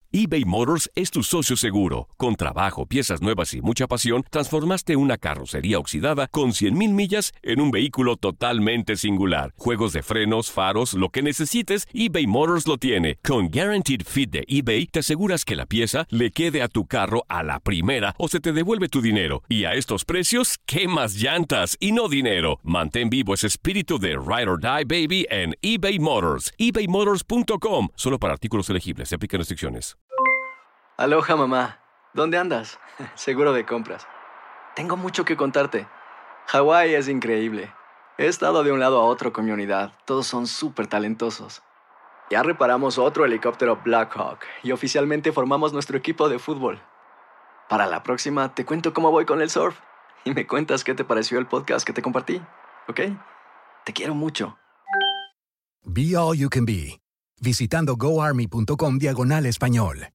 eBay Motors es tu socio seguro. Con trabajo, piezas nuevas y mucha pasión, transformaste una carrocería oxidada con 100,000 millas en un vehículo totalmente singular. Juegos de frenos, faros, lo que necesites, eBay Motors lo tiene. Con Guaranteed Fit de eBay, te aseguras que la pieza le quede a tu carro a la primera o se te devuelve tu dinero. Y a estos precios, ¿qué más llantas y no dinero? Mantén vivo ese espíritu de Ride or Die, baby, en eBay Motors. ebaymotors.com. Solo para artículos elegibles. Se aplican restricciones. Aloha, mamá. ¿Dónde andas? Seguro de compras. Tengo mucho que contarte. Hawái es increíble. He estado de un lado a otro con mi unidad. Todos son súper talentosos. Ya reparamos otro helicóptero Blackhawk y oficialmente formamos nuestro equipo de fútbol. Para la próxima te cuento cómo voy con el surf y me cuentas qué te pareció el podcast que te compartí, ¿ok? Te quiero mucho. Be All You Can Be, visitando goarmy.com/español.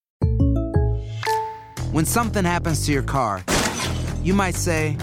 When something happens to your car, you might say,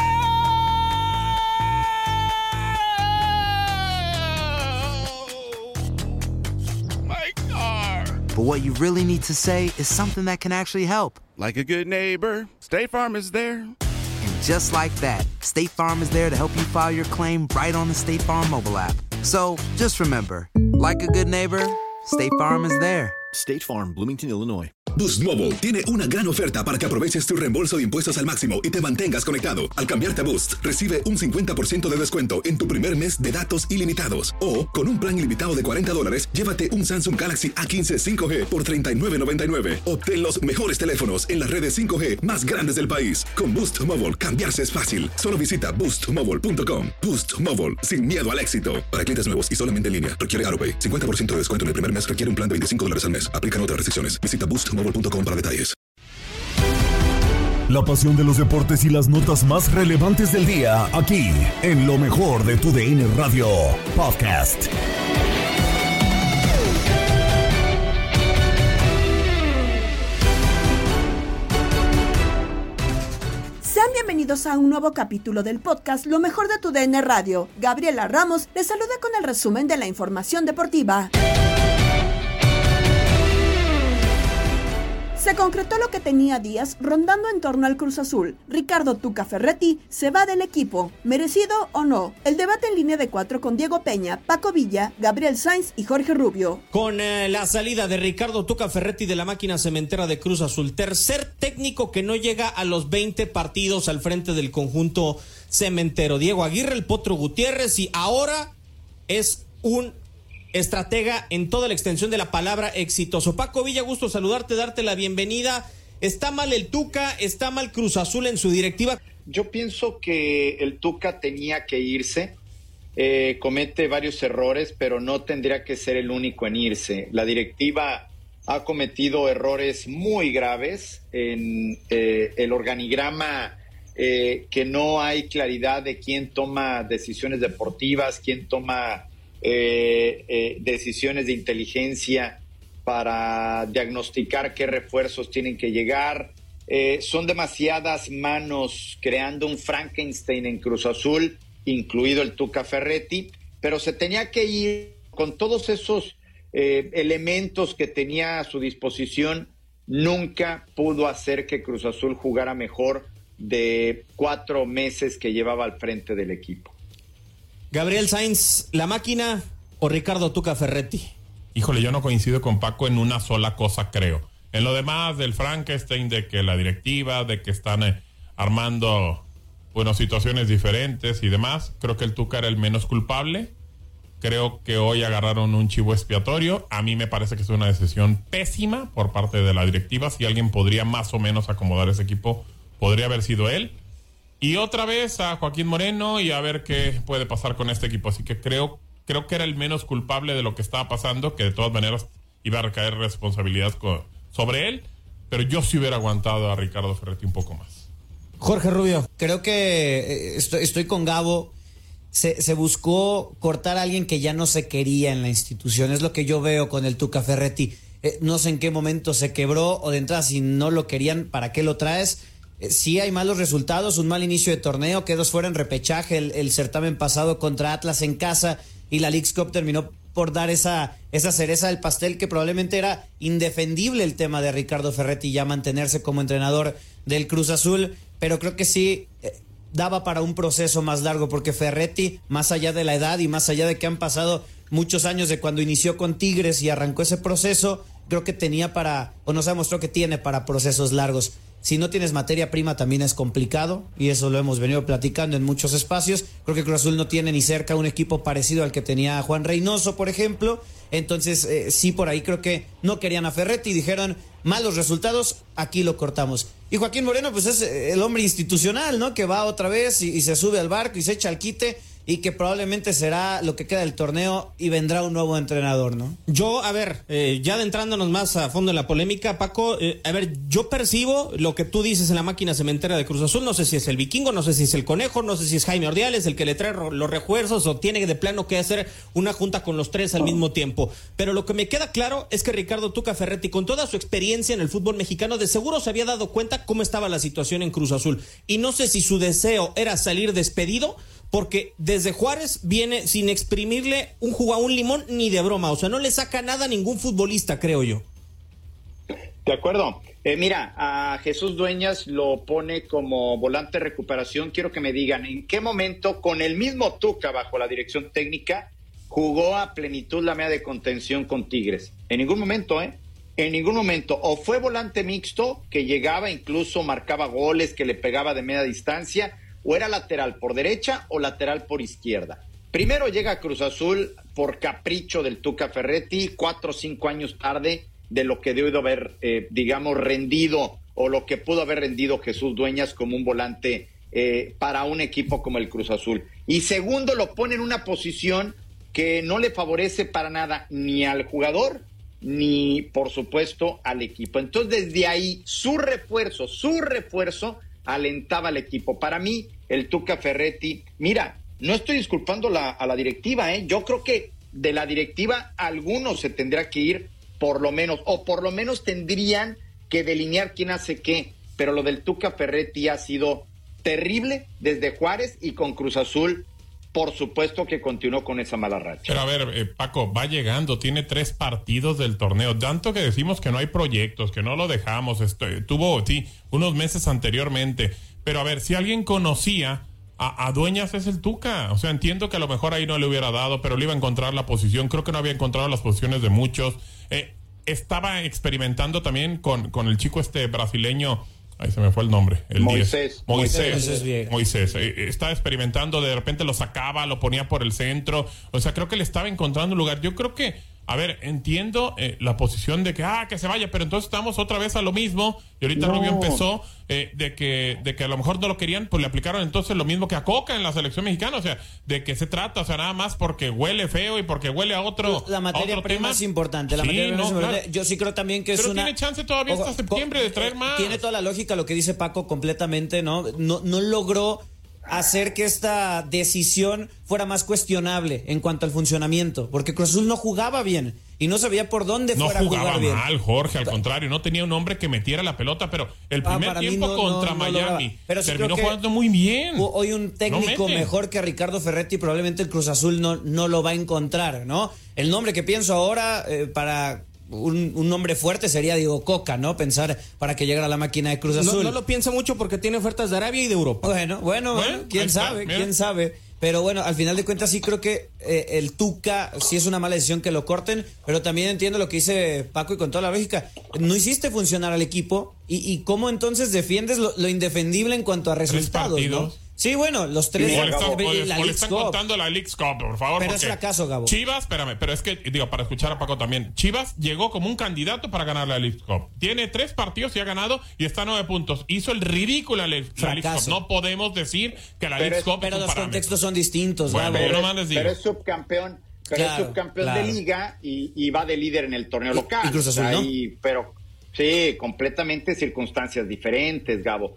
My car! but what you really need to say is something that can actually help. Like a good neighbor, State Farm is there. And just like that, State Farm is there to help you file your claim right on the State Farm mobile app. So just remember, like a good neighbor, State Farm is there. State Farm, Bloomington, Illinois. Boost Mobile tiene una gran oferta para que aproveches tu reembolso de impuestos al máximo y te mantengas conectado. Al cambiarte a Boost, recibe un 50% de descuento en tu primer mes de datos ilimitados. O, con un plan ilimitado de $40, llévate un Samsung Galaxy A15 5G por $39.99. Obtén los mejores teléfonos en las redes 5G más grandes del país. Con Boost Mobile, cambiarse es fácil. Solo visita boostmobile.com. Boost Mobile, sin miedo al éxito. Para clientes nuevos y solamente en línea, requiere AutoPay. 50% de descuento en el primer mes requiere un plan de $25 al mes. Aplican otras restricciones. Visita boostmobile.com para detalles. La pasión de los deportes y las notas más relevantes del día, aquí, en lo mejor de tu DN Radio Podcast. Sean bienvenidos a un nuevo capítulo del podcast Lo mejor de tu DN Radio. Gabriela Ramos les saluda con el resumen de la información deportiva. Se concretó lo que tenía días rondando en torno al Cruz Azul. Ricardo Tuca Ferretti se va del equipo, ¿merecido o no? El debate en línea de 4 con Diego Peña, Paco Villa, Gabriel Sainz y Jorge Rubio. Con la salida de Ricardo Tuca Ferretti de la máquina cementera de Cruz Azul, tercer técnico que no llega a los 20 partidos al frente del conjunto cementero. Diego Aguirre, el Potro Gutiérrez, y ahora es un estratega en toda la extensión de la palabra exitoso. Paco Villa, gusto saludarte, darte la bienvenida. ¿Está mal el Tuca? ¿Está mal Cruz Azul en su directiva? Yo pienso que el Tuca tenía que irse. Comete varios errores, pero no tendría que ser el único en irse. La directiva ha cometido errores muy graves en el organigrama, que no hay claridad de quién toma decisiones deportivas, quién toma decisiones de inteligencia para diagnosticar qué refuerzos tienen que llegar. Son demasiadas manos creando un Frankenstein en Cruz Azul, incluido el Tuca Ferretti, pero se tenía que ir con todos esos elementos que tenía a su disposición. Nunca pudo hacer que Cruz Azul jugara mejor de 4 meses que llevaba al frente del equipo. Gabriel Sainz, ¿la máquina o Ricardo Tuca Ferretti? Híjole, yo no coincido con Paco en una sola cosa, creo. En lo demás del Frankenstein, de que la directiva, de que están armando, bueno, situaciones diferentes y demás, creo que el Tuca era el menos culpable. Creo que hoy agarraron un chivo expiatorio. A mí me parece que es una decisión pésima por parte de la directiva. Si alguien podría más o menos acomodar ese equipo, podría haber sido él. Y otra vez a Joaquín Moreno y a ver qué puede pasar con este equipo. Así que creo que era el menos culpable de lo que estaba pasando, que de todas maneras iba a recaer responsabilidad sobre él. Pero yo sí hubiera aguantado a Ricardo Ferretti un poco más. Jorge Rubio. Creo que estoy con Gabo. Se buscó cortar a alguien que ya no se quería en la institución. Es lo que yo veo con el Tuca Ferretti. No sé en qué momento se quebró, o de entrada, si no lo querían, ¿para qué lo traes? Sí hay malos resultados, un mal inicio de torneo, quedó fuera en repechaje el certamen pasado contra Atlas en casa, y la Leagues Cup terminó por dar esa cereza del pastel, que probablemente era indefendible el tema de Ricardo Ferretti ya mantenerse como entrenador del Cruz Azul, pero creo que sí daba para un proceso más largo, porque Ferretti, más allá de la edad y más allá de que han pasado muchos años de cuando inició con Tigres y arrancó ese proceso, creo que tenía para, o nos ha demostrado que tiene para procesos largos. Si no tienes materia prima también es complicado, y eso lo hemos venido platicando en muchos espacios. Creo que Cruz Azul no tiene ni cerca un equipo parecido al que tenía Juan Reynoso, por ejemplo. Entonces, sí, por ahí creo que no querían a Ferretti y dijeron, malos resultados, aquí lo cortamos. Y Joaquín Moreno, pues es el hombre institucional, ¿no? Que va otra vez y se sube al barco y se echa al quite, y que probablemente será lo que queda del torneo y vendrá un nuevo entrenador, ¿no? Yo, a ver, ya adentrándonos más a fondo en la polémica, Paco, a ver, yo percibo lo que tú dices en la máquina cementera de Cruz Azul. No sé si es el Vikingo, no sé si es el Conejo, no sé si es Jaime Ordiales el que le trae los refuerzos, o tiene de plano que hacer una junta con los tres al mismo tiempo. Pero lo que me queda claro es que Ricardo Tuca Ferretti, con toda su experiencia en el fútbol mexicano, de seguro se había dado cuenta cómo estaba la situación en Cruz Azul. Y no sé si su deseo era salir despedido, porque desde Juárez viene sin exprimirle un limón ni de broma. O sea, no le saca nada a ningún futbolista, creo yo. De acuerdo. Mira, a Jesús Dueñas lo pone como volante de recuperación. Quiero que me digan en qué momento, con el mismo Tuca bajo la dirección técnica, jugó a plenitud la media de contención con Tigres. En ningún momento, En ningún momento. O fue volante mixto, que llegaba, incluso marcaba goles, que le pegaba de media distancia, o era lateral por derecha o lateral por izquierda. Primero llega a Cruz Azul por capricho del Tuca Ferretti, 4 o 5 años tarde de lo que debió haber, rendido, o lo que pudo haber rendido Jesús Dueñas como un volante para un equipo como el Cruz Azul. Y segundo, lo pone en una posición que no le favorece para nada ni al jugador, ni por supuesto al equipo. Entonces desde ahí su refuerzo alentaba al equipo. Para mí, el Tuca Ferretti, mira, no estoy disculpando a la directiva, yo creo que de la directiva algunos se tendrá que ir por lo menos tendrían que delinear quién hace qué, pero lo del Tuca Ferretti ha sido terrible desde Juárez, y con Cruz Azul, por supuesto que continuó con esa mala racha. Pero a ver, Paco, va llegando, tiene 3 partidos del torneo, tanto que decimos que no hay proyectos, que no lo dejamos, tuvo, sí, unos meses anteriormente, pero a ver, si alguien conocía a Dueñas es el Tuca. O sea, entiendo que a lo mejor ahí no le hubiera dado, pero le iba a encontrar la posición. Creo que no había encontrado las posiciones de muchos. Estaba experimentando también con el chico brasileño. Ahí se me fue el nombre. Moisés. Moisés. Estaba experimentando, de repente lo sacaba, lo ponía por el centro. O sea, creo que le estaba encontrando un lugar. Yo creo que, a ver, entiendo la posición de que se vaya, pero entonces estamos otra vez a lo mismo. Y ahorita Rubio empezó de que a lo mejor no lo querían, pues le aplicaron entonces lo mismo que a Coca en la selección mexicana. O sea, ¿de qué se trata? O sea, nada más porque huele feo y porque huele a otro. La materia prima es importante. Claro. Yo sí creo también que pero tiene chance todavía hasta septiembre de traer más. Tiene toda la lógica lo que dice Paco completamente, ¿no? No logró hacer que esta decisión fuera más cuestionable en cuanto al funcionamiento, porque Cruz Azul no jugaba bien y no sabía por dónde fuera a jugar bien. No jugaba mal, Jorge, al contrario, no tenía un hombre que metiera la pelota, pero el primer tiempo contra Miami terminó jugando muy bien. Hoy un técnico mejor que Ricardo Ferretti probablemente el Cruz Azul no lo va a encontrar, ¿no? El nombre que pienso ahora para un nombre fuerte sería Diego Coca, ¿no? Pensar para que llegara a la máquina de Cruz Azul. No lo piensa mucho porque tiene ofertas de Arabia y de Europa. Bueno, quién sabe. Pero bueno, al final de cuentas sí creo que el Tuca sí es una mala decisión que lo corten, pero también entiendo lo que dice Paco y con toda la lógica. No hiciste funcionar al equipo y cómo entonces defiendes lo indefendible en cuanto a resultados, ¿no? Sí, bueno, los 3. O le están contando la Leagues Cup, por favor. Pero es fracaso, Gabo. Chivas, espérame, pero es que, para escuchar a Paco también, Chivas llegó como un candidato para ganar la Leagues Cup. Tiene 3 partidos y ha ganado y está a 9 puntos. Hizo el ridículo la Leagues Cup. No podemos decir que la Leagues Cup pero es un los contextos son distintos, Gabo. Pero es subcampeón. Es subcampeón de liga y va de líder en el torneo local. Y Cruz Azul, ¿no? Pero sí, completamente circunstancias diferentes, Gabo.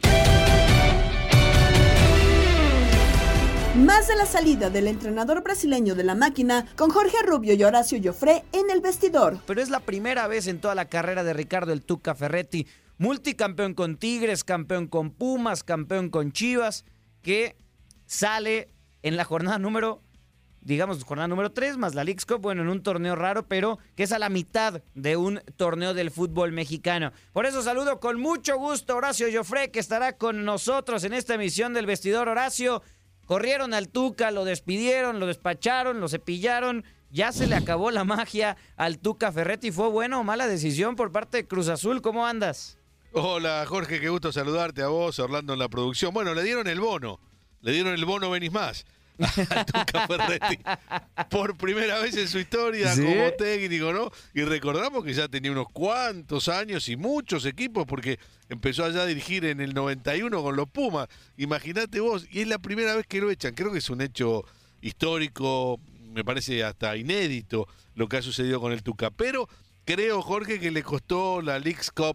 Más de la salida del entrenador brasileño de la máquina con Jorge Rubio y Horacio Joffre en el vestidor. Pero es la primera vez en toda la carrera de Ricardo el Tuca Ferretti, multicampeón con Tigres, campeón con Pumas, campeón con Chivas, que sale en la jornada número digamos, jornada número 3, más la Leagues Cup, bueno, en un torneo raro, pero que es a la mitad de un torneo del fútbol mexicano. Por eso saludo con mucho gusto a Horacio Joffre, que estará con nosotros en esta emisión del Vestidor. Horacio, corrieron al Tuca, lo despidieron, lo despacharon, lo cepillaron, ya se le acabó la magia al Tuca Ferretti. ¿Fue buena o mala decisión por parte de Cruz Azul? ¿Cómo andas? Hola Jorge, qué gusto saludarte, a vos, a Orlando en la producción. Bueno, le dieron el bono venís más al Tuca Ferretti por primera vez en su historia como técnico, ¿no? Y recordamos que ya tenía unos cuantos años y muchos equipos, porque empezó allá a dirigir en el 91 con los Pumas. Imagínate vos, y es la primera vez que lo echan. Creo que es un hecho histórico, me parece hasta inédito lo que ha sucedido con el Tuca. Pero creo, Jorge, que le costó la Leagues Cup,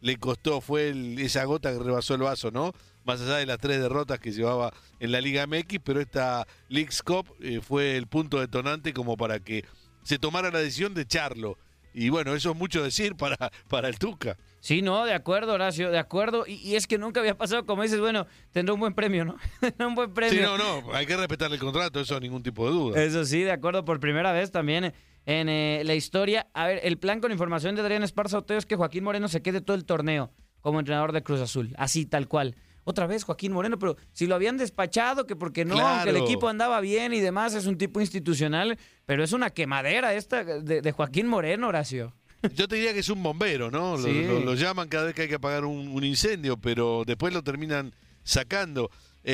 fue esa gota que rebasó el vaso, ¿no? Más allá de las 3 derrotas que llevaba en la Liga MX, pero esta Leagues Cup fue el punto detonante como para que se tomara la decisión de echarlo. Y bueno, eso es mucho decir para el Tuca. Sí, no, de acuerdo, Horacio, de acuerdo. Y es que nunca había pasado, como dices, bueno, tendrá un buen premio, ¿no? Un buen premio. Sí, no, hay que respetarle el contrato, eso ningún tipo de duda. Eso sí, de acuerdo, por primera vez también en la historia. A ver, el plan con información de Adrián Esparza Oteo es que Joaquín Moreno se quede todo el torneo como entrenador de Cruz Azul, así tal cual. Otra vez Joaquín Moreno, pero si lo habían despachado, que porque no, claro, que el equipo andaba bien y demás, es un tipo institucional, pero es una quemadera esta de Joaquín Moreno, Horacio. Yo te diría que es un bombero, ¿no? Sí. Lo llaman cada vez que hay que apagar un incendio, pero después lo terminan sacando.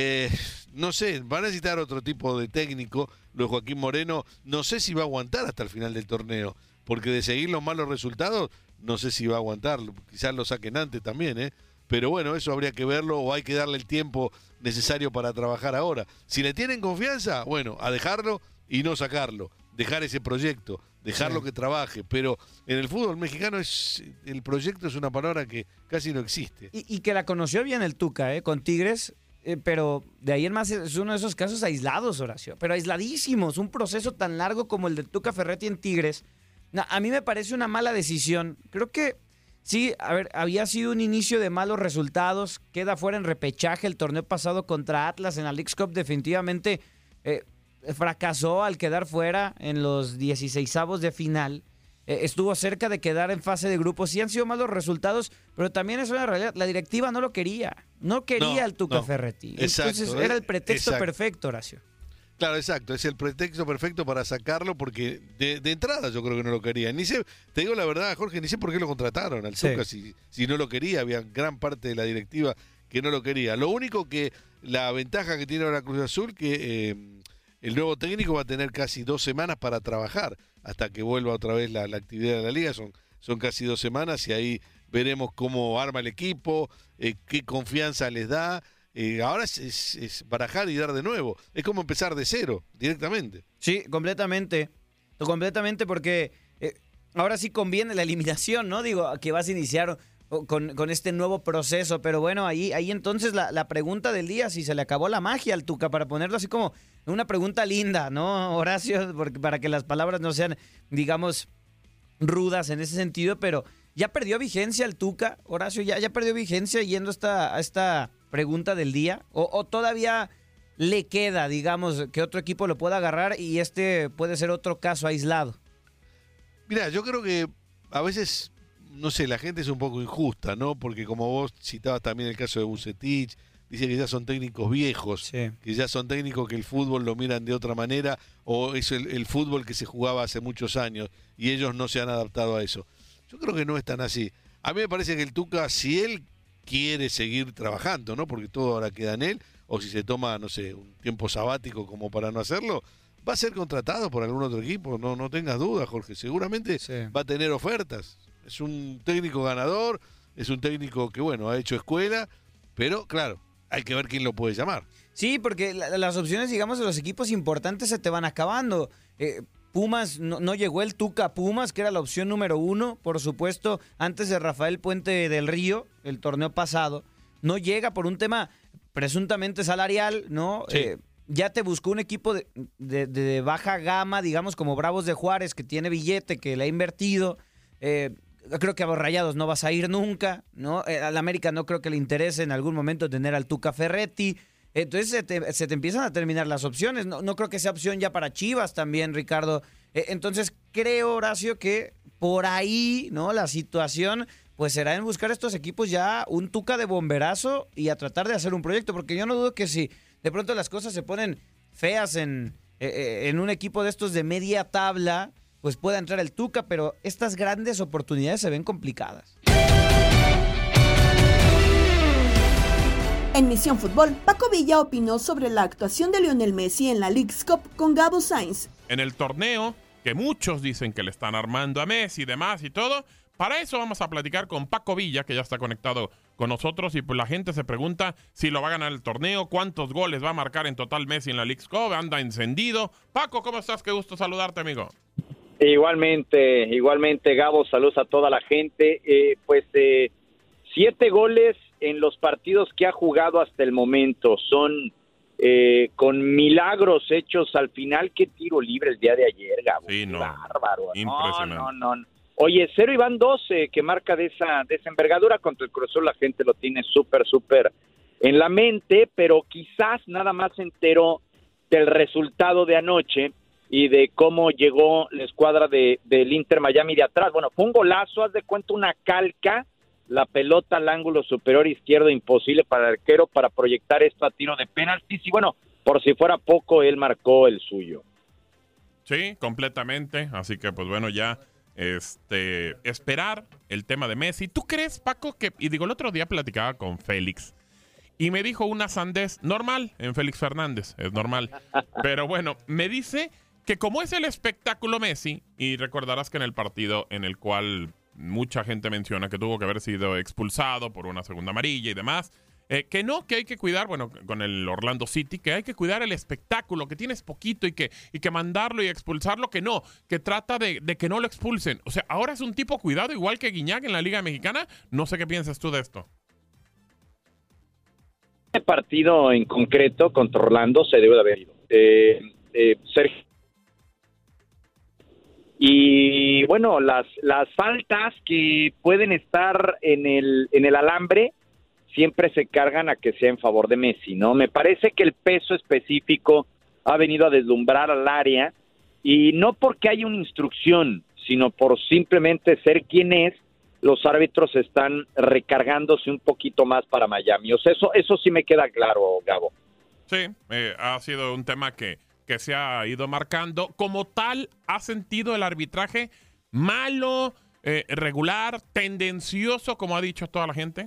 No sé, van a necesitar otro tipo de técnico. Lo de Joaquín Moreno, no sé si va a aguantar hasta el final del torneo, porque de seguir los malos resultados, no sé si va a aguantar. Quizás lo saquen antes también, ¿eh? Pero bueno, eso habría que verlo, o hay que darle el tiempo necesario para trabajar ahora. Si le tienen confianza, bueno, a dejarlo y no sacarlo. Dejar ese proyecto, dejarlo que trabaje. Pero en el fútbol mexicano el proyecto es una palabra que casi no existe. Y que la conoció bien el Tuca, con Tigres, pero de ahí en más es uno de esos casos aislados, Horacio. Pero aisladísimos, un proceso tan largo como el de Tuca Ferretti en Tigres. A mí me parece una mala decisión. Creo que sí, a ver, había sido un inicio de malos resultados, queda fuera en repechaje el torneo pasado contra Atlas en la Leagues Cup, definitivamente fracasó al quedar fuera en los 16avos de final, estuvo cerca de quedar en fase de grupos, sí han sido malos resultados, pero también es una realidad, la directiva no lo quería, al Tuca Ferretti, exacto, entonces era el pretexto perfecto, Horacio. Claro, exacto, es el pretexto perfecto para sacarlo, porque de entrada yo creo que no lo querían. Te digo la verdad, Jorge, ni sé por qué lo contrataron al Tuca, si no lo quería, había gran parte de la directiva que no lo quería. Lo único que, la ventaja que tiene ahora Cruz Azul, que el nuevo técnico va a tener casi 2 semanas para trabajar, hasta que vuelva otra vez la actividad de la liga, son casi 2 semanas, y ahí veremos cómo arma el equipo, qué confianza les da. Ahora es barajar y dar de nuevo. Es como empezar de cero, directamente. Sí, completamente, porque ahora sí conviene la eliminación, ¿no? Digo, que vas a iniciar con este nuevo proceso, pero bueno, ahí entonces la pregunta del día, si se le acabó la magia al Tuca, para ponerlo así como una pregunta linda, ¿no, Horacio? Porque para que las palabras no sean, digamos, rudas en ese sentido, pero ya perdió vigencia el Tuca, Horacio, ya perdió vigencia yendo a esta pregunta del día, o todavía le queda, digamos, que otro equipo lo pueda agarrar y este puede ser otro caso aislado. Mira, yo creo que a veces, no sé, la gente es un poco injusta, ¿no? Porque como vos citabas también el caso de Vucetich, dice que ya son técnicos viejos, que ya son técnicos que el fútbol lo miran de otra manera, o es el fútbol que se jugaba hace muchos años y ellos no se han adaptado a eso. Yo creo que no es tan así. A mí me parece que el Tuca, si él quiere seguir trabajando, ¿no? Porque todo ahora queda en él, o si se toma, no sé, un tiempo sabático como para no hacerlo, va a ser contratado por algún otro equipo, no tengas dudas, Jorge, seguramente va a tener ofertas. Es un técnico ganador, es un técnico que, bueno, ha hecho escuela, pero claro, hay que ver quién lo puede llamar. Sí, porque las opciones, digamos, de los equipos importantes se te van acabando. Pumas, no llegó el Tuca a Pumas, que era la opción número 1, por supuesto, antes de Rafael Puente del Río, el torneo pasado. No llega por un tema presuntamente salarial, ¿no? Sí. Ya te buscó un equipo de baja gama, digamos, como Bravos de Juárez, que tiene billete, que le ha invertido. Creo que a los Rayados no vas a ir nunca, ¿no? Al América no creo que le interese en algún momento tener al Tuca Ferretti. Entonces se te empiezan a terminar las opciones. No creo que sea opción ya para Chivas también, Ricardo. Entonces creo, Horacio, que por ahí, ¿no? La situación pues será en buscar a estos equipos ya un Tuca de bomberazo y a tratar de hacer un proyecto, porque yo no dudo que si de pronto las cosas se ponen feas en un equipo de estos de media tabla, pues pueda entrar el Tuca, pero estas grandes oportunidades se ven complicadas. En Misión Fútbol, Paco Villa opinó sobre la actuación de Lionel Messi en la Leagues Cup con Gabo Sainz. En el torneo, que muchos dicen que le están armando a Messi y demás y todo, para eso vamos a platicar con Paco Villa, que ya está conectado con nosotros, y pues la gente se pregunta si lo va a ganar el torneo, cuántos goles va a marcar en total Messi en la Leagues Cup, anda encendido. Paco, ¿cómo estás? Qué gusto saludarte, amigo. Igualmente, Gabo, saludos a toda la gente. 7 goles en los partidos que ha jugado hasta el momento. Son con milagros hechos al final. Qué tiro libre el día de ayer, Gabo. Sí, no. Bárbaro. Impresionante. No. Oye, 0 y van 12 que marca de esa envergadura contra el Cruz Azul. La gente lo tiene súper en la mente, pero quizás nada más se enteró del resultado de anoche y de cómo llegó la escuadra del Inter Miami de atrás. Bueno, fue un golazo, haz de cuenta una calca, la pelota al ángulo superior izquierdo, imposible para el arquero para proyectar esto a tiro de penaltis. Y bueno, por si fuera poco, él marcó el suyo. Sí, completamente. Así que, pues bueno, ya esperar el tema de Messi. ¿Tú crees, Paco, que... Y digo, el otro día platicaba con Félix y me dijo una sandez normal en Félix Fernández, es normal. Pero bueno, me dice que como es el espectáculo Messi, y recordarás que en el partido en el cual mucha gente menciona que tuvo que haber sido expulsado por una segunda amarilla y demás, que hay que cuidar, bueno, con el Orlando City, que hay que cuidar el espectáculo, que tienes poquito y que mandarlo y expulsarlo, que trata de que no lo expulsen. O sea, ahora es un tipo cuidado, igual que Guiñac en la Liga Mexicana. No sé qué piensas tú de esto. Este partido en concreto contra Orlando se debe de haber ido. Sergio. Y bueno, las faltas que pueden estar en el alambre siempre se cargan a que sea en favor de Messi, ¿no? Me parece que el peso específico ha venido a deslumbrar al área, y no porque haya una instrucción, sino por simplemente ser quien es, los árbitros están recargándose un poquito más para Miami. O sea, eso sí me queda claro, Gabo. Sí, ha sido un tema que se ha ido marcando. Como tal, ¿ha sentido el arbitraje malo, regular, tendencioso, como ha dicho toda la gente?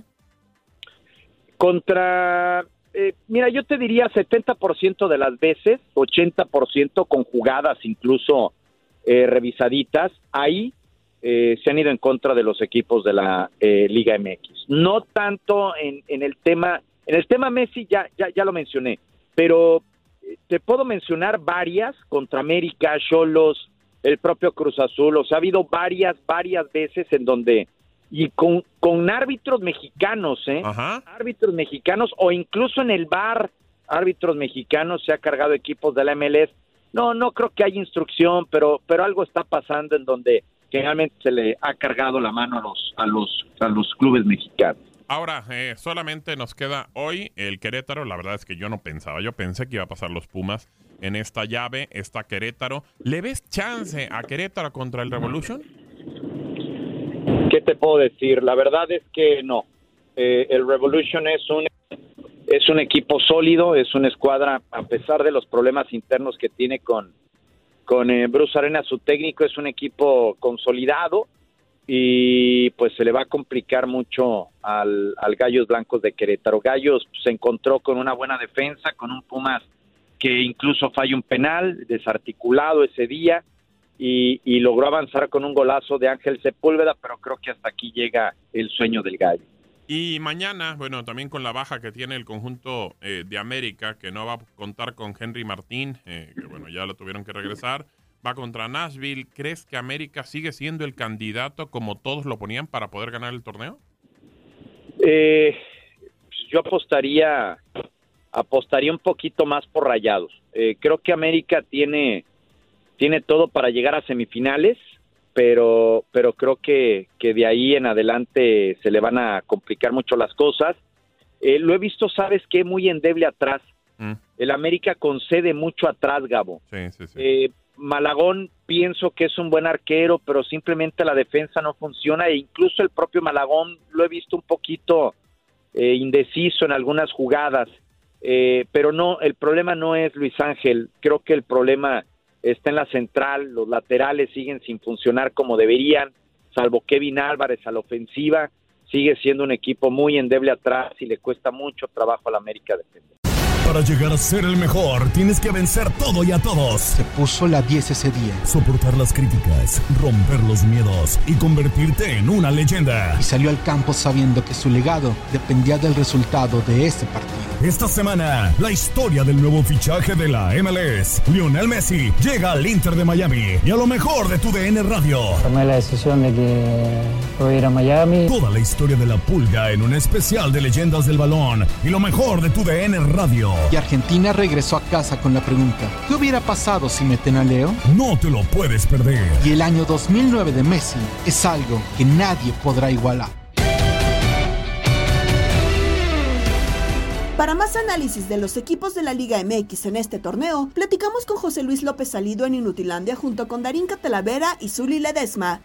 Mira, yo te diría 70% de las veces, 80% con jugadas incluso revisaditas, ahí se han ido en contra de los equipos de la Liga MX. No tanto en el tema Messi, ya lo mencioné, pero te puedo mencionar varias contra América, Xolos, el propio Cruz Azul. O sea, ha habido varias veces en donde, y con árbitros mexicanos, árbitros mexicanos, o incluso en el VAR, árbitros mexicanos, se ha cargado equipos de la MLS. No creo que haya instrucción, pero algo está pasando en donde generalmente se le ha cargado la mano a los clubes mexicanos. Ahora, solamente nos queda hoy el Querétaro. La verdad es que yo no pensaba. Yo pensé que iba a pasar los Pumas en esta llave. Está Querétaro. ¿Le ves chance a Querétaro contra el Revolution? ¿Qué te puedo decir? La verdad es que no. El Revolution es un equipo sólido, es una escuadra, a pesar de los problemas internos que tiene con Bruce Arena, su técnico, es un equipo consolidado, y pues se le va a complicar mucho al Gallos Blancos de Querétaro. Gallos se encontró con una buena defensa, con un Pumas que incluso falló un penal desarticulado ese día, y logró avanzar con un golazo de Ángel Sepúlveda, pero creo que hasta aquí llega el sueño del Gallo. Y mañana, bueno, también con la baja que tiene el conjunto de América, que no va a contar con Henry Martín, que bueno, ya lo tuvieron que regresar, va contra Nashville. ¿Crees que América sigue siendo el candidato, como todos lo ponían, para poder ganar el torneo? Yo apostaría un poquito más por Rayados. Creo que América tiene todo para llegar a semifinales, pero creo que de ahí en adelante se le van a complicar mucho las cosas. Lo he visto, ¿sabes qué? Muy endeble atrás. el América concede mucho atrás, Gabo. Sí. Malagón pienso que es un buen arquero, pero simplemente la defensa no funciona, e incluso el propio Malagón lo he visto un poquito indeciso en algunas jugadas, pero no, el problema no es Luis Ángel, creo que el problema está en la central, los laterales siguen sin funcionar como deberían, salvo Kevin Álvarez a la ofensiva, sigue siendo un equipo muy endeble atrás y le cuesta mucho trabajo al América defender. Para llegar a ser el mejor, tienes que vencer todo y a todos. Se puso la 10 ese día. Soportar las críticas, romper los miedos y convertirte en una leyenda. Y salió al campo sabiendo que su legado dependía del resultado de ese partido. Esta semana, la historia del nuevo fichaje de la MLS. Lionel Messi llega al Inter de Miami y a lo mejor de tu DN Radio. Tomé la decisión de que voy a ir a Miami. Toda la historia de la Pulga en un especial de leyendas del balón y lo mejor de tu DN Radio. Y Argentina regresó a casa con la pregunta: ¿qué hubiera pasado si meten a Leo? No te lo puedes perder. Y el año 2009 de Messi es algo que nadie podrá igualar. Para más análisis de los equipos de la Liga MX en este torneo, platicamos con José Luis López Salido en Inutilandia junto con Darín Catalavera y Zuli Ledesma.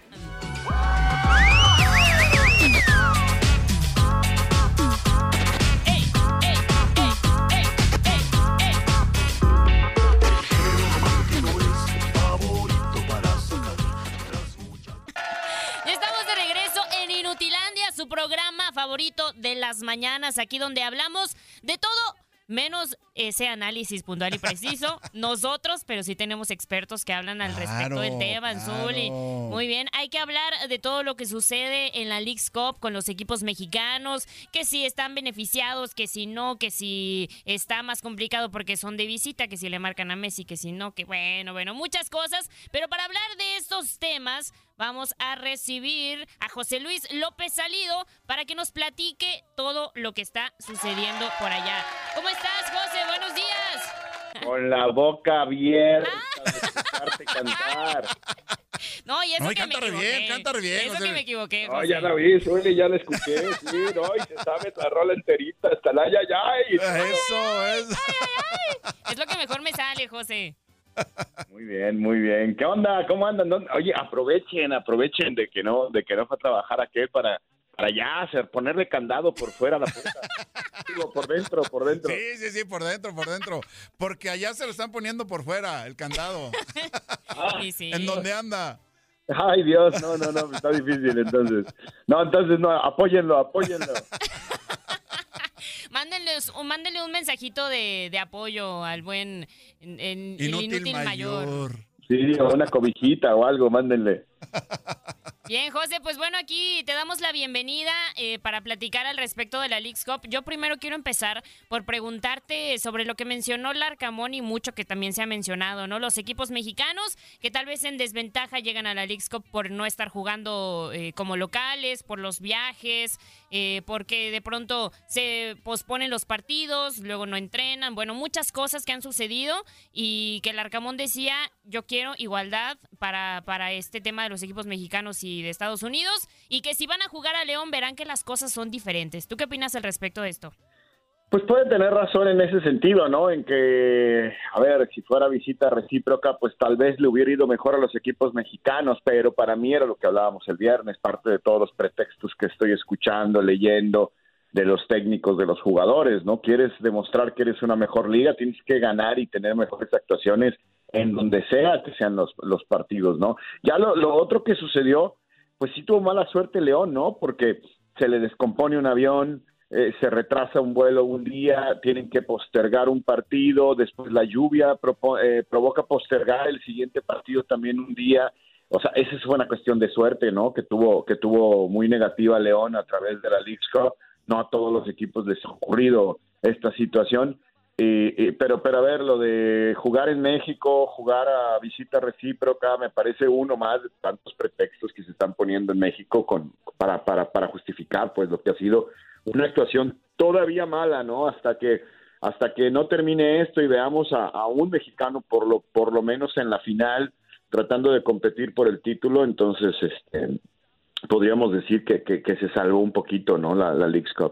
Su programa favorito de las mañanas, aquí donde hablamos de todo menos ese análisis puntual y preciso. Nosotros, pero sí tenemos expertos que hablan al respecto del tema, Zuli. Muy bien, hay que hablar de todo lo que sucede en la Leagues Cup con los equipos mexicanos, que si están beneficiados, que si no, que si está más complicado porque son de visita, que si le marcan a Messi, que si no, que bueno, muchas cosas. Pero para hablar de estos temas, vamos a recibir a José Luis López Salido para que nos platique todo lo que está sucediendo por allá. ¿Cómo estás, José? Buenos días. Con la boca abierta de escucharte cantar. No, y eso no, que canta me equivoqué. Canta re bien. Eso que me equivoqué, José. No, ya la vi, Zuli, ya la escuché. Sí, no, y se sabe la rola enterita hasta la ay. Eso. Es lo que mejor me sale, José. Muy bien. ¿Qué onda? ¿Cómo andan? Oye, aprovechen de que no fue a trabajar aquel para ya ponerle candado por fuera a la puerta. Digo, por dentro. Sí, por dentro. Porque allá se lo están poniendo por fuera, el candado. Sí. ¿En dónde anda? Ay, Dios, no, está difícil entonces. No, apóyenlo. Mándenle un mensajito de apoyo al buen inútil mayor. Sí, o una cobijita o algo, mándenle. Bien, José, pues bueno, aquí te damos la bienvenida para platicar al respecto de la Leagues Cup. Yo primero quiero empezar por preguntarte sobre lo que mencionó Larcamón y mucho que también se ha mencionado, ¿no? Los equipos mexicanos que tal vez en desventaja llegan a la Leagues Cup por no estar jugando como locales, por los viajes, porque de pronto se posponen los partidos, luego no entrenan, bueno, muchas cosas que han sucedido y que Larcamón decía, yo quiero igualdad para este tema de los equipos mexicanos y de Estados Unidos, y que si van a jugar a León verán que las cosas son diferentes. ¿Tú qué opinas al respecto de esto? Pues puede tener razón en ese sentido, ¿no? En que, a ver, si fuera visita recíproca, pues tal vez le hubiera ido mejor a los equipos mexicanos, pero para mí era lo que hablábamos el viernes, parte de todos los pretextos que estoy escuchando, leyendo, de los técnicos, de los jugadores, ¿no? Quieres demostrar que eres una mejor liga, tienes que ganar y tener mejores actuaciones en donde sea que sean los partidos, ¿no? Ya lo otro que sucedió, pues sí tuvo mala suerte León, ¿no? Porque se le descompone un avión, se retrasa un vuelo un día, tienen que postergar un partido, después la lluvia provoca postergar el siguiente partido también un día. O sea, esa fue una cuestión de suerte, ¿no? Que tuvo muy negativa León a través de la Leagues Cup. No a todos los equipos les ha ocurrido esta situación. Pero a ver, lo de jugar en México, jugar a visita recíproca, me parece uno más de tantos pretextos que se están poniendo en México para justificar pues lo que ha sido una actuación todavía mala, ¿no? Hasta que no termine esto y veamos a un mexicano por lo menos en la final tratando de competir por el título, entonces podríamos decir que se salvó un poquito, ¿no? La Leagues Cup.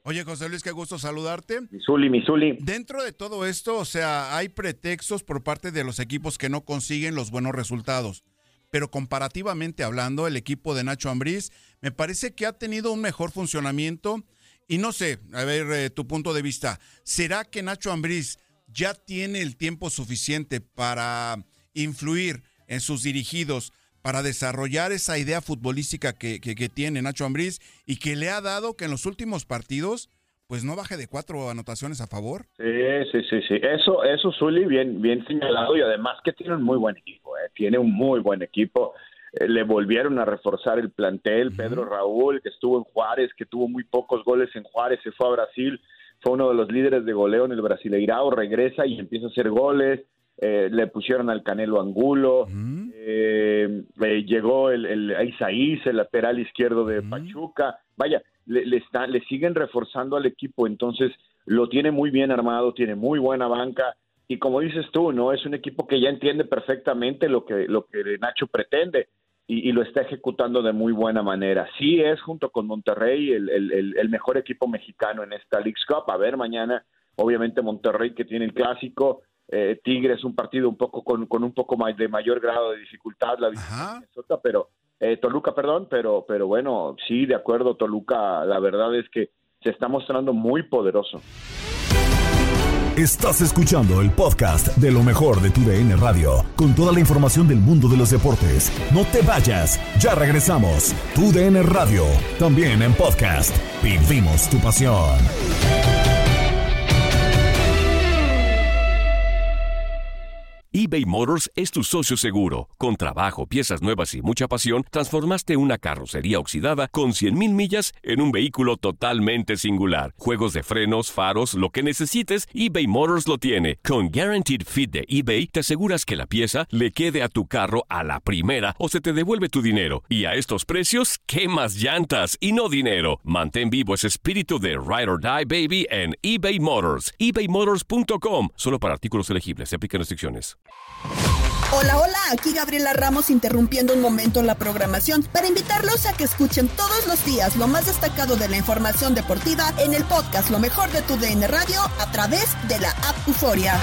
Oye, José Luis, qué gusto saludarte. Misuli. Dentro de todo esto, o sea, hay pretextos por parte de los equipos que no consiguen los buenos resultados. Pero comparativamente hablando, el equipo de Nacho Ambriz me parece que ha tenido un mejor funcionamiento. Y no sé, a ver, tu punto de vista. ¿Será que Nacho Ambriz ya tiene el tiempo suficiente para influir en sus dirigidos, para desarrollar esa idea futbolística que tiene Nacho Ambriz y que le ha dado que en los últimos partidos pues no baje de 4 anotaciones a favor? Sí. Eso Zuli, bien señalado, y además que tiene un muy buen equipo, tiene un muy buen equipo. Le volvieron a reforzar el plantel. Pedro Raúl, que estuvo en Juárez, que tuvo muy pocos goles en Juárez, se fue a Brasil, fue uno de los líderes de goleo en el Brasileirao, regresa y empieza a hacer goles. Le pusieron al Canelo Angulo, llegó el Isaías, el lateral izquierdo de Pachuca. Vaya, le siguen reforzando al equipo, entonces lo tiene muy bien armado, tiene muy buena banca, y como dices tú, no es un equipo que ya entiende perfectamente lo que Nacho pretende y lo está ejecutando de muy buena manera. Sí es, junto con Monterrey, el mejor equipo mexicano en esta Leagues Cup. A ver mañana, obviamente Monterrey, que tiene el clásico, Tigres, un partido un poco con un poco más de mayor grado de dificultad, la visita de Minnesota, Toluca, pero bueno, sí, de acuerdo, Toluca, la verdad es que se está mostrando muy poderoso. Estás escuchando el podcast de lo mejor de TUDN Radio, con toda la información del mundo de los deportes. No te vayas, ya regresamos. TUDN Radio, también en podcast. Vivimos tu pasión. eBay Motors es tu socio seguro. Con trabajo, piezas nuevas y mucha pasión, transformaste una carrocería oxidada con 100,000 millas en un vehículo totalmente singular. Juegos de frenos, faros, lo que necesites, eBay Motors lo tiene. Con Guaranteed Fit de eBay, te aseguras que la pieza le quede a tu carro a la primera o se te devuelve tu dinero. Y a estos precios, ¿qué más llantas y no dinero? Mantén vivo ese espíritu de Ride or Die, baby, en eBay Motors. ebaymotors.com. Solo para artículos elegibles. Se aplican restricciones. Hola, aquí Gabriela Ramos interrumpiendo un momento la programación para invitarlos a que escuchen todos los días lo más destacado de la información deportiva en el podcast Lo Mejor de TUDN Radio a través de la app Euforia.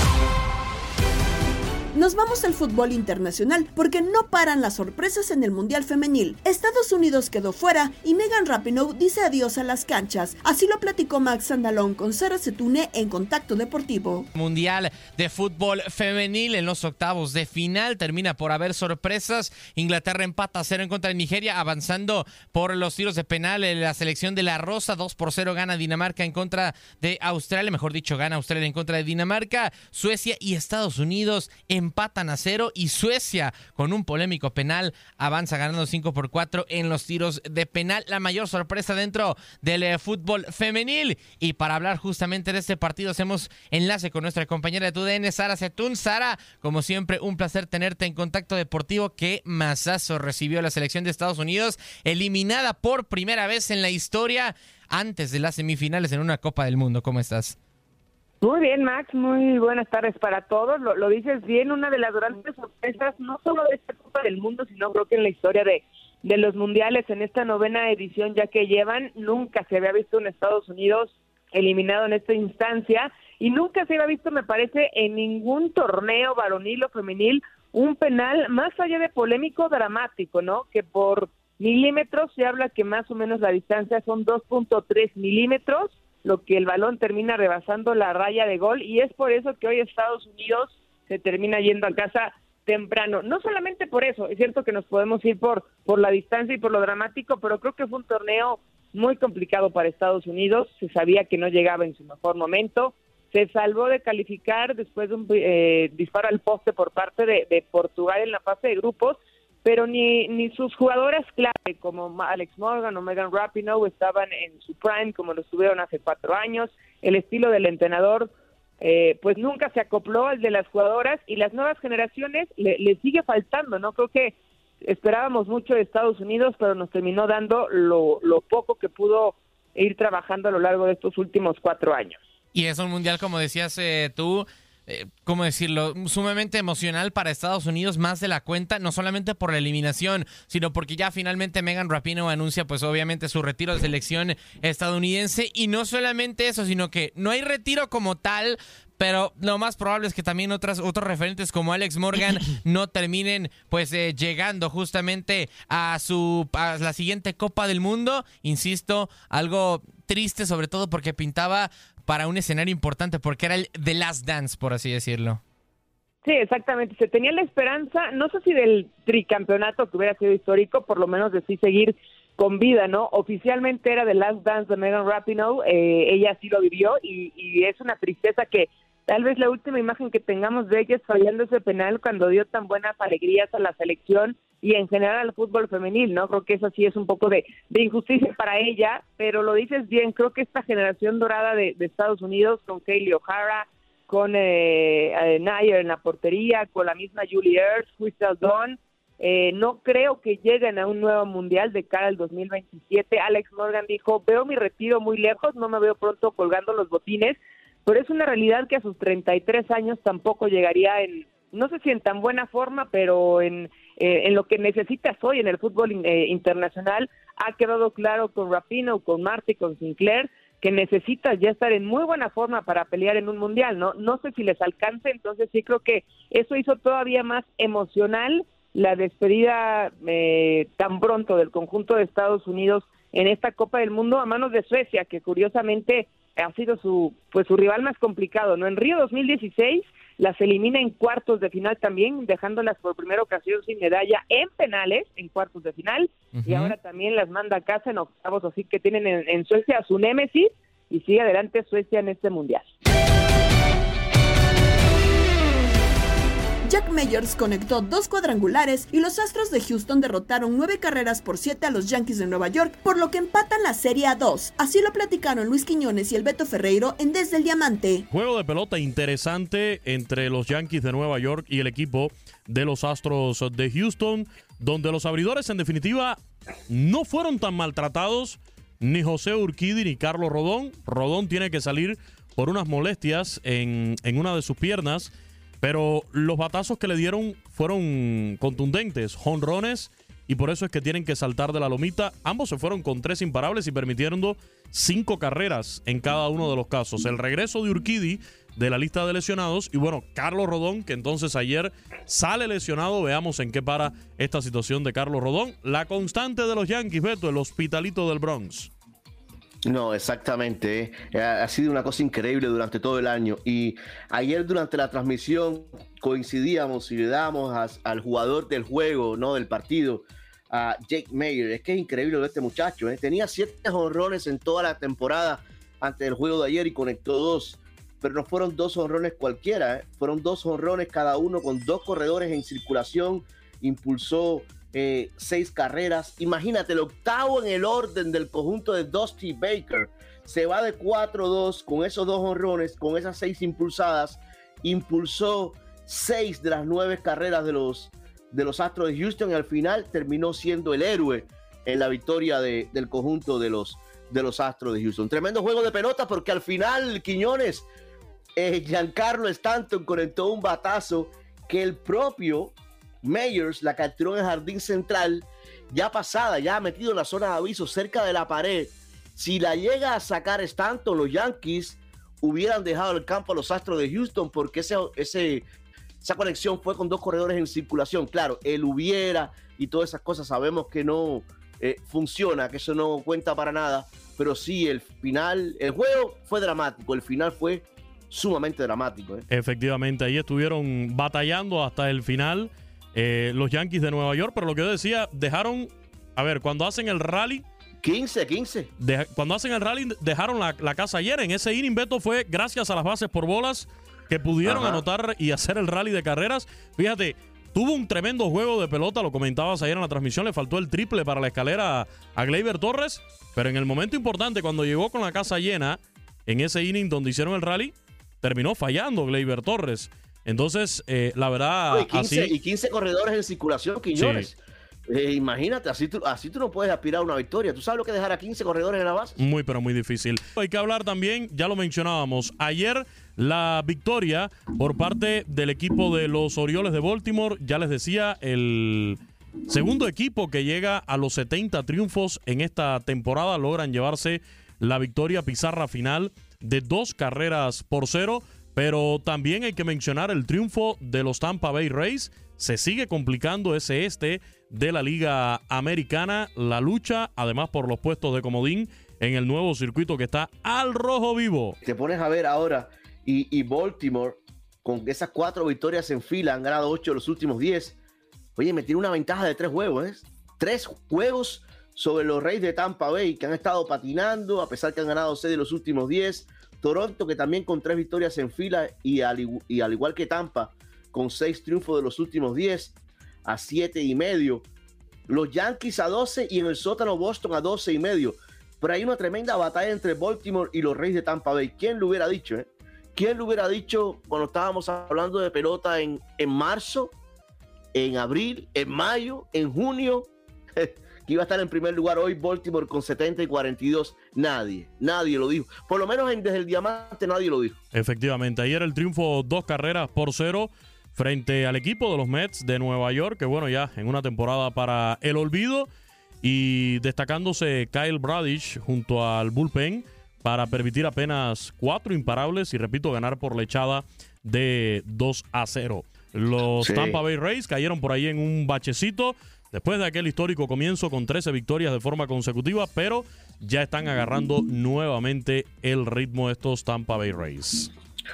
Nos vamos al fútbol internacional porque no paran las sorpresas en el Mundial Femenil. Estados Unidos quedó fuera y Megan Rapinoe dice adiós a las canchas. Así lo platicó Max Andalón con Sara Setune en Contacto Deportivo. Mundial de fútbol femenil en los octavos de final. Termina por haber sorpresas. Inglaterra empata 0 en contra de Nigeria, avanzando por los tiros de penal. La selección de la Rosa 2-0 gana Dinamarca en contra de Australia. Mejor dicho, gana Australia en contra de Dinamarca. Suecia y Estados Unidos empatan a 0 y Suecia, con un polémico penal, avanza ganando 5-4 en los tiros de penal. La mayor sorpresa dentro del fútbol femenil. Y para hablar justamente de este partido, hacemos enlace con nuestra compañera de TUDN, Sara Setún. Sara, como siempre, un placer tenerte en Contacto Deportivo. Qué mazazo recibió la selección de Estados Unidos, eliminada por primera vez en la historia antes de las semifinales en una Copa del Mundo. ¿Cómo estás? Muy bien, Max, muy buenas tardes para todos. Lo dices bien, una de las grandes sorpresas, no solo de esta Copa del Mundo, sino creo que en la historia de los mundiales, en esta 9ª edición ya que llevan, nunca se había visto un Estados Unidos eliminado en esta instancia, y nunca se había visto, me parece, en ningún torneo varonil o femenil, un penal más allá de polémico, dramático, ¿no? Que por milímetros se habla que más o menos la distancia son 2.3 milímetros, lo que el balón termina rebasando la raya de gol, y es por eso que hoy Estados Unidos se termina yendo a casa temprano. No solamente por eso, es cierto que nos podemos ir por la distancia y por lo dramático, pero creo que fue un torneo muy complicado para Estados Unidos. Se sabía que no llegaba en su mejor momento, se salvó de calificar después de un disparo al poste por parte de Portugal en la fase de grupos, pero ni sus jugadoras clave como Alex Morgan o Megan Rapinoe estaban en su prime como lo estuvieron hace 4 años. El estilo del entrenador pues nunca se acopló al de las jugadoras, y las nuevas generaciones le sigue faltando, ¿no? Creo que esperábamos mucho de Estados Unidos, pero nos terminó dando lo poco que pudo ir trabajando a lo largo de estos últimos 4 años. Y es un mundial, como decías tú, ¿cómo decirlo?, sumamente emocional para Estados Unidos, más de la cuenta, no solamente por la eliminación, sino porque ya finalmente Megan Rapinoe anuncia pues obviamente su retiro de selección estadounidense, y no solamente eso, sino que no hay retiro como tal, pero lo más probable es que también otros referentes como Alex Morgan no terminen pues llegando justamente a la siguiente Copa del Mundo. Insisto, algo triste, sobre todo porque pintaba para un escenario importante, porque era el The Last Dance, por así decirlo. Sí, exactamente. Se tenía la esperanza, no sé si del tricampeonato que hubiera sido histórico, por lo menos de sí seguir con vida, ¿no? Oficialmente era The Last Dance de Megan Rapinoe, ella sí lo vivió, y es una tristeza que tal vez la última imagen que tengamos de ella es fallando ese penal cuando dio tan buenas alegrías a la selección y en general al fútbol femenil, ¿no? Creo que eso sí es un poco de injusticia para ella, pero lo dices bien, creo que esta generación dorada de Estados Unidos, con Kaylee O'Hara, con Nair en la portería, con la misma Julie Ertz, Crystal Dawn, no creo que lleguen a un nuevo mundial de cara al 2027. Alex Morgan dijo, veo mi retiro muy lejos, no me veo pronto colgando los botines, pero es una realidad que a sus 33 años tampoco llegaría no sé si en tan buena forma, pero en lo que necesitas hoy en el fútbol internacional. Ha quedado claro con Rapinoe, con Marty, con Sinclair, que necesitas ya estar en muy buena forma para pelear en un mundial, ¿no? No sé si les alcance, entonces sí creo que eso hizo todavía más emocional la despedida tan pronto del conjunto de Estados Unidos en esta Copa del Mundo a manos de Suecia, que curiosamente ha sido su rival más complicado, ¿no? En Río 2016 las elimina en cuartos de final también, dejándolas por primera ocasión sin medalla en penales, en cuartos de final, y ahora también las manda a casa en octavos, así que tienen en Suecia a su némesis, y sigue adelante Suecia en este mundial. Jack Meyers conectó 2 cuadrangulares y los Astros de Houston derrotaron 9-7 a los Yankees de Nueva York, por lo que empatan la serie a 2. Así lo platicaron Luis Quiñones y el Beto Ferreiro en Desde el Diamante. Juego de pelota interesante entre los Yankees de Nueva York y el equipo de los Astros de Houston, donde los abridores en definitiva no fueron tan maltratados, ni José Urquidy ni Carlos Rodón. Rodón tiene que salir por unas molestias en una de sus piernas, pero los batazos que le dieron fueron contundentes, jonrones, y por eso es que tienen que saltar de la lomita. Ambos se fueron con 3 imparables y permitiendo 5 carreras en cada uno de los casos. El regreso de Urquidy de la lista de lesionados, y bueno, Carlos Rodón, que entonces ayer sale lesionado. Veamos en qué para esta situación de Carlos Rodón. La constante de los Yankees, Beto, el hospitalito del Bronx. No, exactamente. Ha sido una cosa increíble durante todo el año. Y ayer durante la transmisión coincidíamos y le dábamos al jugador del juego, ¿no?, del partido, a Jake Meyer. Es que es increíble lo de este muchacho, ¿eh? Tenía 7 jonrones en toda la temporada antes del juego de ayer y conectó 2. Pero no fueron 2 jonrones cualquiera, ¿eh? Fueron 2 jonrones cada uno con 2 corredores en circulación. Impulsó 6 carreras. Imagínate, el octavo en el orden del conjunto de Dusty Baker. Se va de 4-2 con esos 2 jonrones, con esas 6 impulsadas. Impulsó 6 de las 9 carreras de los Astros de Houston, y al final terminó siendo el héroe en la victoria del conjunto de los Astros de Houston. Tremendo juego de pelota, porque al final, Quiñones, Giancarlo Stanton conectó un batazo que el propio Meyers la capturó en el jardín central, ya pasada, ya metido en la zona de aviso, cerca de la pared. Si la llega a sacar Stanton, los Yankees hubieran dejado el campo a los Astros de Houston, porque esa conexión fue con 2 corredores en circulación. Claro, él hubiera y todas esas cosas sabemos que no funciona, que eso no cuenta para nada, pero sí, el juego fue dramático, el final fue sumamente dramático. Efectivamente, ahí estuvieron batallando hasta el final los Yankees de Nueva York, pero lo que yo decía, dejaron, cuando hacen el rally, 15. Cuando hacen el rally, dejaron la casa ayer. En ese inning, Beto, fue gracias a las bases por bolas que pudieron anotar y hacer el rally de carreras. Fíjate, tuvo un tremendo juego de pelota, lo comentabas ayer en la transmisión, le faltó el triple para la escalera a Gleyber Torres, pero en el momento importante, cuando llegó con la casa llena, en ese inning donde hicieron el rally, terminó fallando Gleyber Torres. Entonces, la verdad... Y 15 corredores en circulación, Quiñones. Sí. Imagínate, así tú no puedes aspirar a una victoria. ¿Tú sabes lo que es dejar a 15 corredores en la base? Muy, pero muy difícil. Hay que hablar también, ya lo mencionábamos, ayer la victoria por parte del equipo de los Orioles de Baltimore. Ya les decía, el segundo equipo que llega a los 70 triunfos en esta temporada. Logran llevarse la victoria pizarra final de 2-0, pero también hay que mencionar el triunfo de los Tampa Bay Rays. Se sigue complicando ese de la Liga Americana, la lucha, además por los puestos de comodín en el nuevo circuito que está al rojo vivo. Te pones a ver ahora, y Baltimore, con esas 4 victorias en fila, han ganado 8 de los últimos 10. Oye, me tiene una ventaja de 3 juegos, ¿eh? 3 juegos sobre los Rays de Tampa Bay, que han estado patinando, a pesar que han ganado 6 de los últimos 10. Toronto, que también con 3 victorias en fila, y al igual que Tampa, con 6 triunfos de los últimos 10, a 7.5. Los Yankees a 12 y en el sótano Boston a 12.5. Pero hay una tremenda batalla entre Baltimore y los Rays de Tampa Bay. ¿Quién lo hubiera dicho? ¿Quién lo hubiera dicho cuando estábamos hablando de pelota en marzo, en abril, en mayo, en junio? Que iba a estar en primer lugar hoy Baltimore con 70-42. Nadie lo dijo. Por lo menos desde el diamante nadie lo dijo. Efectivamente, ayer el triunfo 2-0 frente al equipo de los Mets de Nueva York, que bueno, ya en una temporada para el olvido, y destacándose Kyle Bradish junto al bullpen para permitir apenas 4 imparables y, repito, ganar por la echada de 2-0. Los Tampa Bay Rays cayeron por ahí en un bachecito después de aquel histórico comienzo con 13 victorias de forma consecutiva, pero ya están agarrando nuevamente el ritmo estos Tampa Bay Rays.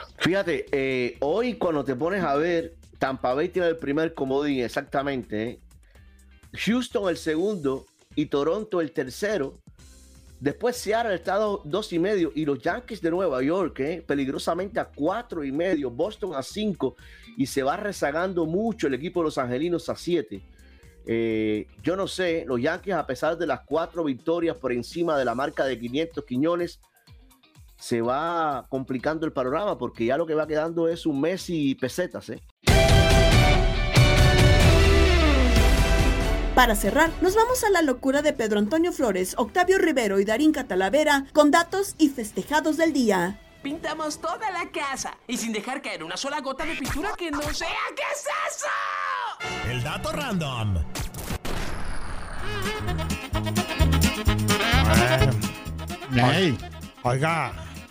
Fíjate, hoy cuando te pones a ver, Tampa Bay tiene el primer comodín, exactamente. Houston el segundo y Toronto el tercero. Después Seattle está 2.5 y los Yankees de Nueva York, peligrosamente a 4.5, Boston a 5 y se va rezagando mucho el equipo de los Angelinos a 7. Yo no sé, los Yankees, a pesar de las 4 victorias por encima de la marca de 500 Quiñones, se va complicando el panorama porque ya lo que va quedando es un mes y pesetas. Para cerrar, nos vamos a la locura de Pedro Antonio Flores, Octavio Rivero y Darín Catalavera con datos y festejados del día. Pintamos toda la casa y sin dejar caer una sola gota de pintura que no sea. ¿Qué es eso? El dato random. Hey, oiga,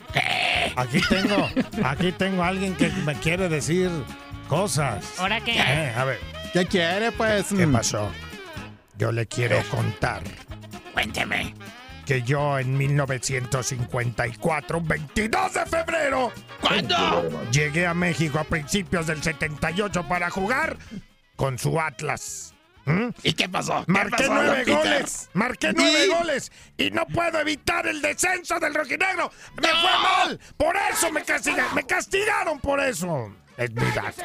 aquí tengo a alguien que me quiere decir cosas. ¿Ahora qué? A ver, ¿qué quiere, pues? ¿Qué pasó? Yo le quiero contar. Cuénteme. Que yo en 1954, 22 de febrero... ¿Cuándo? Llegué a México a principios del 78 para jugar con su Atlas. ¿Y qué pasó? Marqué 9 goles. Marqué 9 goles. Y no puedo evitar el descenso del rojinegro. ¡Me fue mal! Por eso me castigaron. Me castigaron por eso. Es mi dato.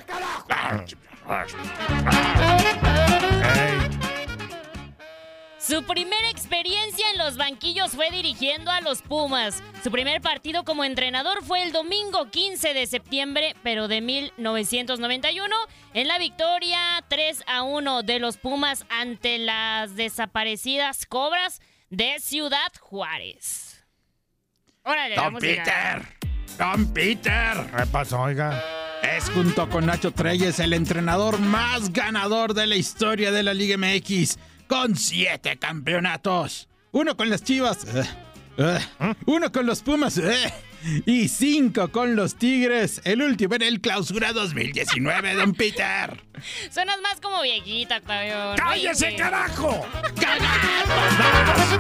Su primera experiencia en los banquillos fue dirigiendo a los Pumas. Su primer partido como entrenador fue el domingo 15 de septiembre, pero de 1991, en la victoria 3-1 de los Pumas ante las desaparecidas Cobras de Ciudad Juárez. Órale, Don Peter. ¿Qué pasó, oiga? Es junto con Nacho Treyes el entrenador más ganador de la historia de la Liga MX, con 7 campeonatos. 1 con las Chivas, 1 con los Pumas y 5 con los Tigres. El último en el Clausura 2019, Don Peter. Suenas más como viejita, Octavio. ¡Cállese, carajo! ¡Cállese,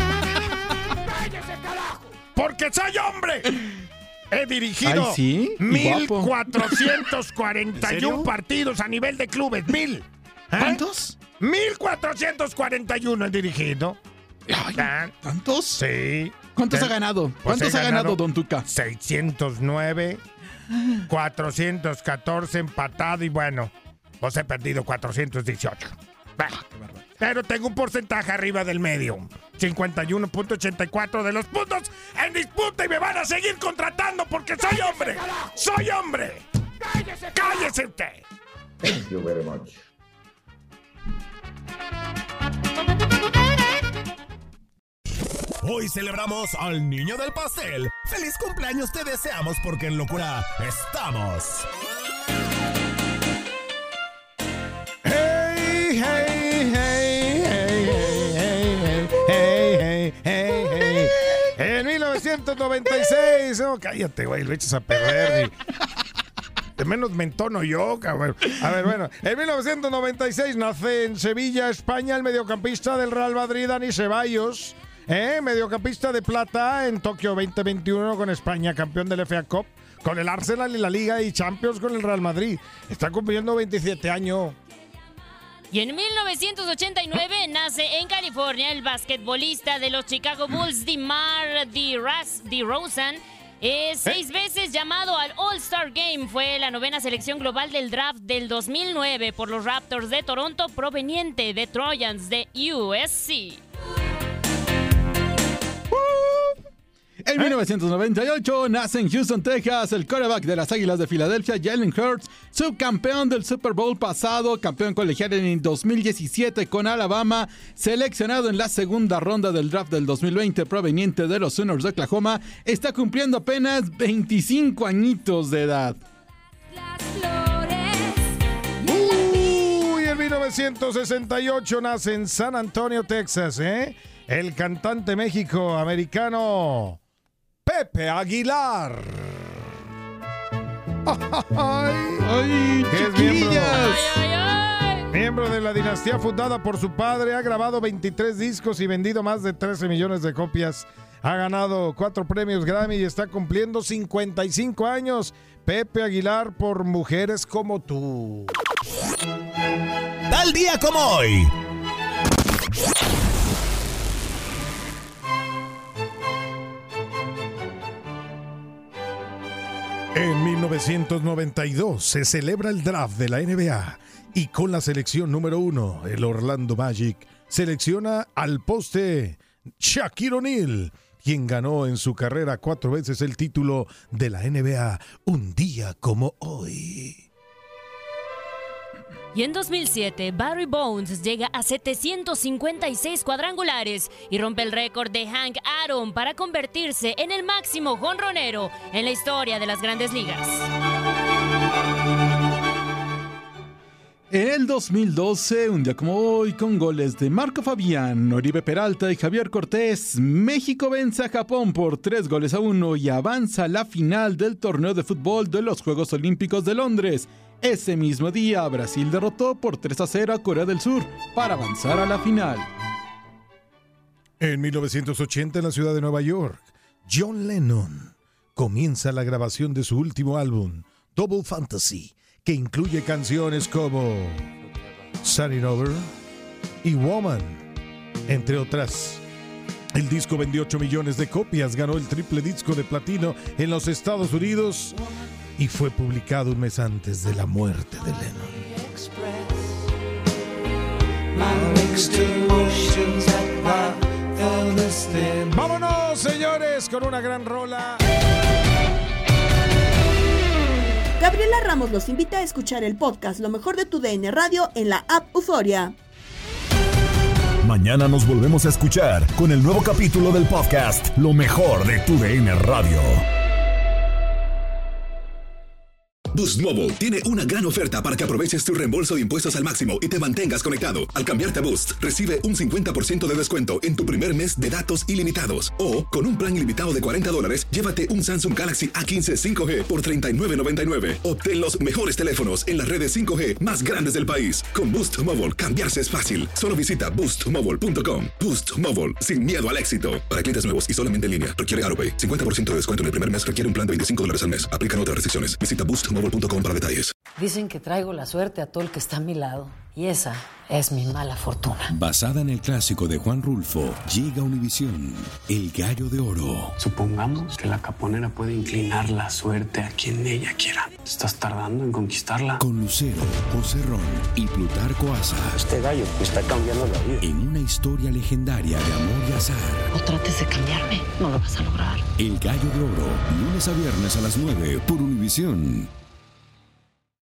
carajo! ¡Porque soy hombre! He dirigido 1,441 partidos a nivel de clubes. ¿Cuántos? 1,441 he dirigido. ¿Tantos? Sí. ¿Cuántos ha ganado? ¿Cuántos ha ganado, Don Tuca? 609, 414 empatado y bueno, pues he perdido 418. Pero tengo un porcentaje arriba del medio. 51.84 de los puntos en disputa y me van a seguir contratando porque soy hombre. ¡Soy hombre! ¡Cállese usted! Thank you very much. Hoy celebramos al niño del pastel. ¡Feliz cumpleaños te deseamos porque en locura estamos! Hey, hey, hey, hey, hey, hey, hey, hey, hey. En 1996... No, cállate, güey, lo echas a perder. De menos me entono yo, cabrón. A ver, bueno. En 1996 nace en Sevilla, España, el mediocampista del Real Madrid, Dani Ceballos. Mediocampista de plata en Tokio 2021 con España, campeón del FA Cup, con el Arsenal y la Liga y Champions con el Real Madrid. Está cumpliendo 27 años. Y en 1989 nace en California el basquetbolista de los Chicago Bulls, DeMar DeRozan. 6 veces llamado al All-Star Game, fue la 9ª selección global del draft del 2009 por los Raptors de Toronto, proveniente de Trojans de USC. En 1998 nace en Houston, Texas, el quarterback de las Águilas de Filadelfia, Jalen Hurts, subcampeón del Super Bowl pasado, campeón colegial en el 2017 con Alabama, seleccionado en la segunda ronda del draft del 2020 proveniente de los Sooners de Oklahoma, está cumpliendo apenas 25 añitos de edad. Uy, en 1968 nace en San Antonio, Texas, el cantante México-americano Pepe Aguilar. ¡Ay, chiquillas! Miembro de la dinastía fundada por su padre, ha grabado 23 discos y vendido más de 13 millones de copias. Ha ganado 4 premios Grammy y está cumpliendo 55 años. Pepe Aguilar por Mujeres como tú. Tal día como hoy. En 1992 se celebra el draft de la NBA y con la selección número 1, el Orlando Magic, selecciona al poste Shaquille O'Neal, quien ganó en su carrera 4 veces el título de la NBA un día como hoy. Y en 2007, Barry Bonds llega a 756 cuadrangulares y rompe el récord de Hank Aaron para convertirse en el máximo jonronero en la historia de las Grandes Ligas. En el 2012, un día como hoy, con goles de Marco Fabián, Oribe Peralta y Javier Cortés, México vence a Japón por 3-1 y avanza a la final del torneo de fútbol de los Juegos Olímpicos de Londres. Ese mismo día, Brasil derrotó por 3-0 a Corea del Sur para avanzar a la final. En 1980, en la ciudad de Nueva York, John Lennon comienza la grabación de su último álbum, Double Fantasy, que incluye canciones como Sunny Over y Woman, entre otras. El disco vendió 8 millones de copias, ganó el triple disco de platino en los Estados Unidos y fue publicado un mes antes de la muerte de Lennon. ¡Vámonos, señores, con una gran rola! Gabriela Ramos los invita a escuchar el podcast Lo Mejor de tu DN Radio en la app Euforia. Mañana nos volvemos a escuchar con el nuevo capítulo del podcast Lo Mejor de tu DN Radio. Boost Mobile tiene una gran oferta para que aproveches tu reembolso de impuestos al máximo y te mantengas conectado. Al cambiarte a Boost, recibe un 50% de descuento en tu primer mes de datos ilimitados. O, con un plan ilimitado de $40, llévate un Samsung Galaxy A15 5G por $39.99. Obtén los mejores teléfonos en las redes 5G más grandes del país. Con Boost Mobile, cambiarse es fácil. Solo visita boostmobile.com. Boost Mobile, sin miedo al éxito. Para clientes nuevos y solamente en línea, requiere AutoPay. 50% de descuento en el primer mes, requiere un plan de $25 al mes. Aplican otras restricciones. Visita boostmobile.com para detalles. Dicen que traigo la suerte a todo el que está a mi lado. Y esa es mi mala fortuna. Basada en el clásico de Juan Rulfo, llega Univisión, El Gallo de Oro. Supongamos que la caponera puede inclinar la suerte a quien ella quiera. ¿Estás tardando en conquistarla? Con Lucero, José Ron y Plutarco Asa. Este gallo me está cambiando la vida. En una historia legendaria de amor y azar. No trates de cambiarme, no lo vas a lograr. El Gallo de Oro, lunes a viernes a las 9 por Univisión.